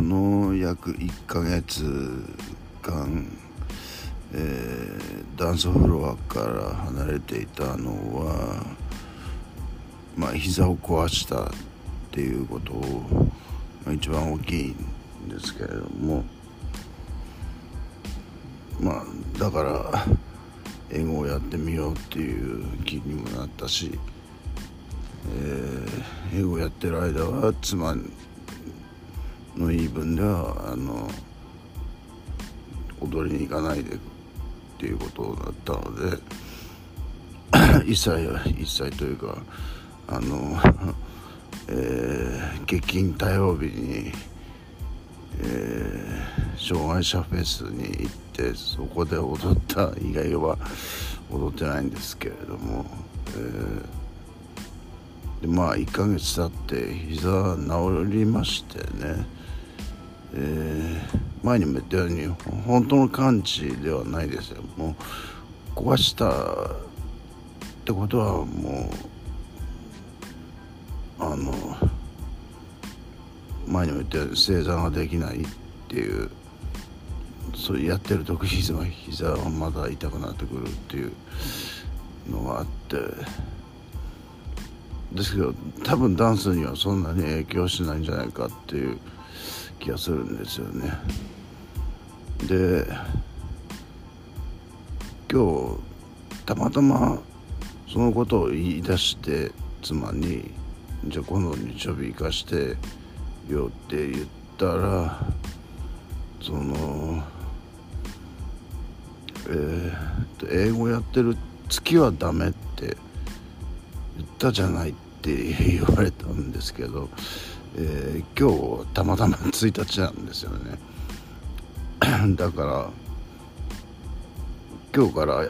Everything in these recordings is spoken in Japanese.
この約1ヶ月間、ダンスフロアから離れていたのは、膝を壊したっていうことを、一番大きいんですけれども、だから英語をやってみようっていう気にもなったし、英語をやってる間は妻の言い分では踊りに行かないでっていうことだったので一切というか月金火曜日に、障害者フェスに行ってそこで踊った以外は踊ってないんですけれども、で1ヶ月経って膝治りましてね、前にも言ったように本当の完治ではないですよ。もう壊したってことはもう前にも言ったように正座ができないっていう、そうやってる時膝はまだ痛くなってくるっていうのがあって、ですけど多分ダンスにはそんなに影響しないんじゃないかっていう気がするんですよね。で今日たまたまそのことを言い出して妻にじゃあ今度日曜日行かしてよって言ったら英語やってる月はダメって言ったじゃないって言われたんですけど、今日たまたま1日なんですよね。だから今日から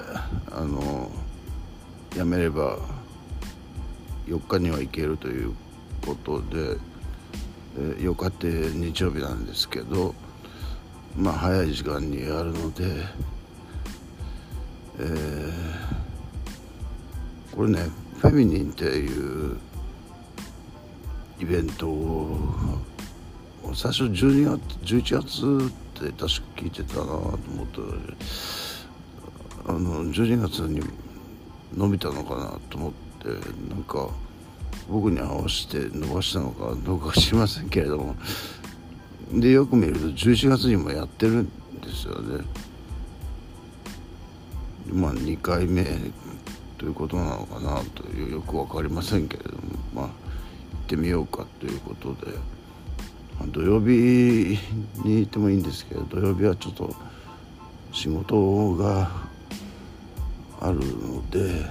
やめれば4日には行けるということで、4日って日曜日なんですけど、早い時間にやるので、これねフェミニンっていうイベントを最初11月って確か聞いてたなと思って12月に伸びたのかなと思って、なんか僕に合わせて伸ばしたのかどうか知りませんけれども、でよく見ると11月にもやってるんですよね。2回目ということなのかなというよく分かりませんけれども、行ってみようかということで、土曜日に行ってもいいんですけど、土曜日はちょっと仕事があるので、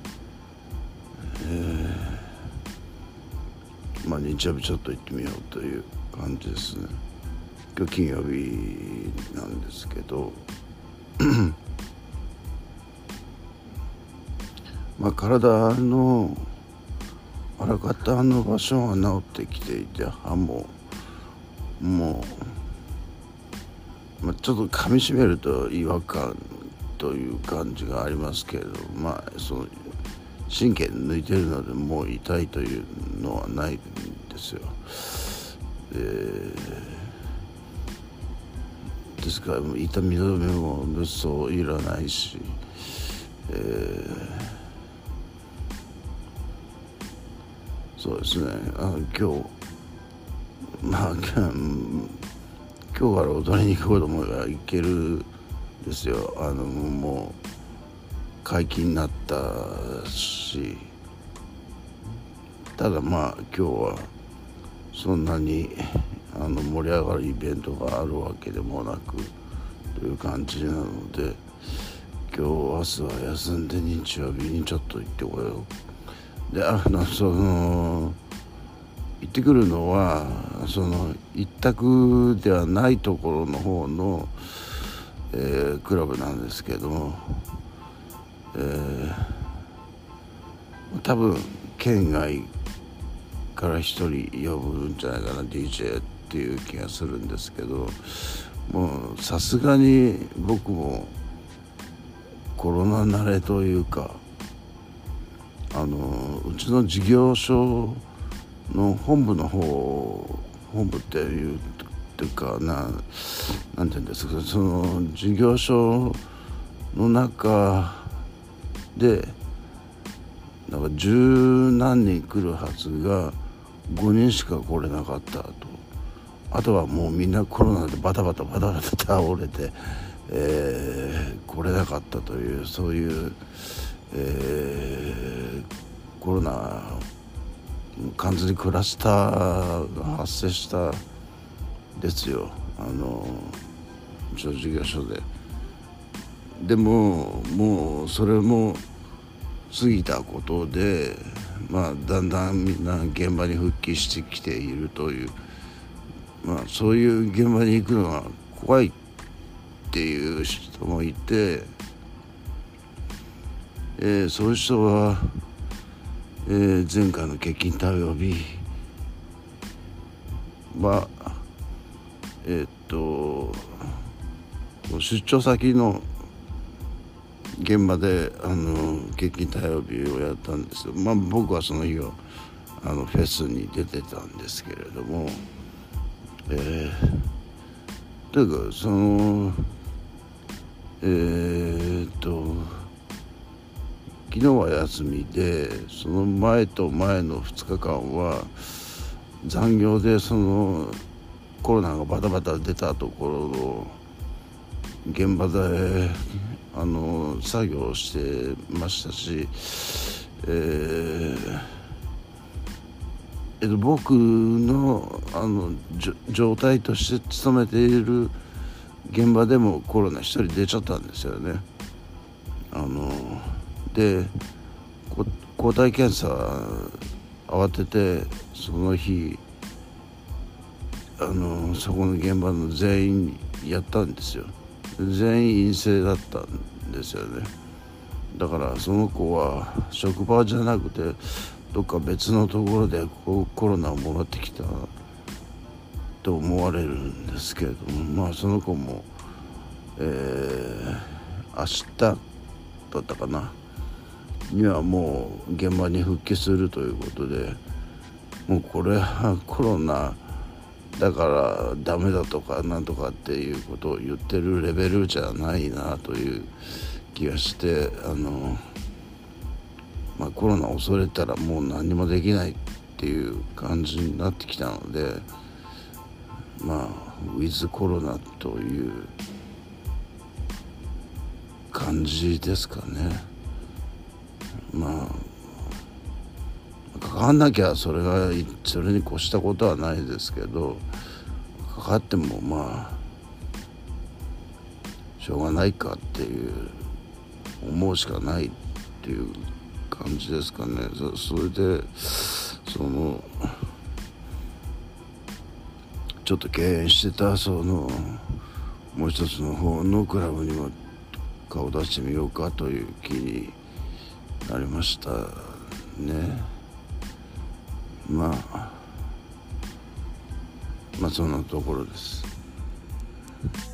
日曜日ちょっと行ってみようという感じですね。今日金曜日なんですけど体のあらかたの場所が治ってきていて、歯もちょっと噛みしめると違和感という感じがありますけれど、その神経抜いてるのでもう痛いというのはないんですよ。ですから痛み止めも物騒いらないし、そうですね。今日から踊りに行こうと思えば行けるんですよ。もう解禁になったし、ただ今日はそんなに盛り上がるイベントがあるわけでもなくという感じなので、今日明日は休んで日曜日にちょっと行ってこよう。で行ってくるのは一択ではないところの方の、クラブなんですけども、多分県外から一人呼ぶんじゃないかな、 DJ っていう気がするんですけど、もうさすがに僕もコロナ慣れというか、うちの事業所の本部っていうていうかなんていうんですか、その事業所の中でなんか十何人来るはずが5人しか来れなかったと。あとはもうみんなコロナでバタバタ倒れて、来れなかったという、そういう、コロナ完全にクラスターが発生したですよ、事業所で。でももうそれも過ぎたことで、だんだんみんな現場に復帰してきているという、そういう現場に行くのが怖いっていう人もいて、そういう人は、前回の欠勤対応日は出張先の現場で欠勤対応日をやったんですよ。僕はその日はフェスに出てたんですけれども、というかその昨日は休みで、その前と前の2日間は残業で、そのコロナがバタバタ出たところの現場で作業をしてましたし、僕の状態として勤めている現場でもコロナ1人出ちゃったんですよね。で抗体検査慌ててその日そこの現場の全員やったんですよ。全員陰性だったんですよね。だからその子は職場じゃなくてどっか別のところでコロナをもらってきたと思われるんですけれども、その子も、明日だったかなにはもう現場に復帰するということで、もうこれはコロナだからダメだとかなんとかっていうことを言ってるレベルじゃないなという気がして、コロナを恐れたらもう何もできないっていう感じになってきたので、ウィズコロナという感じですかね。かかんなきゃそれに越したことはないですけど、かかってもしょうがないかっていう思うしかないっていう感じですかね。それでちょっと敬遠してたもう一つの方のクラブにも顔出してみようかという気になりましたね。そんなところです。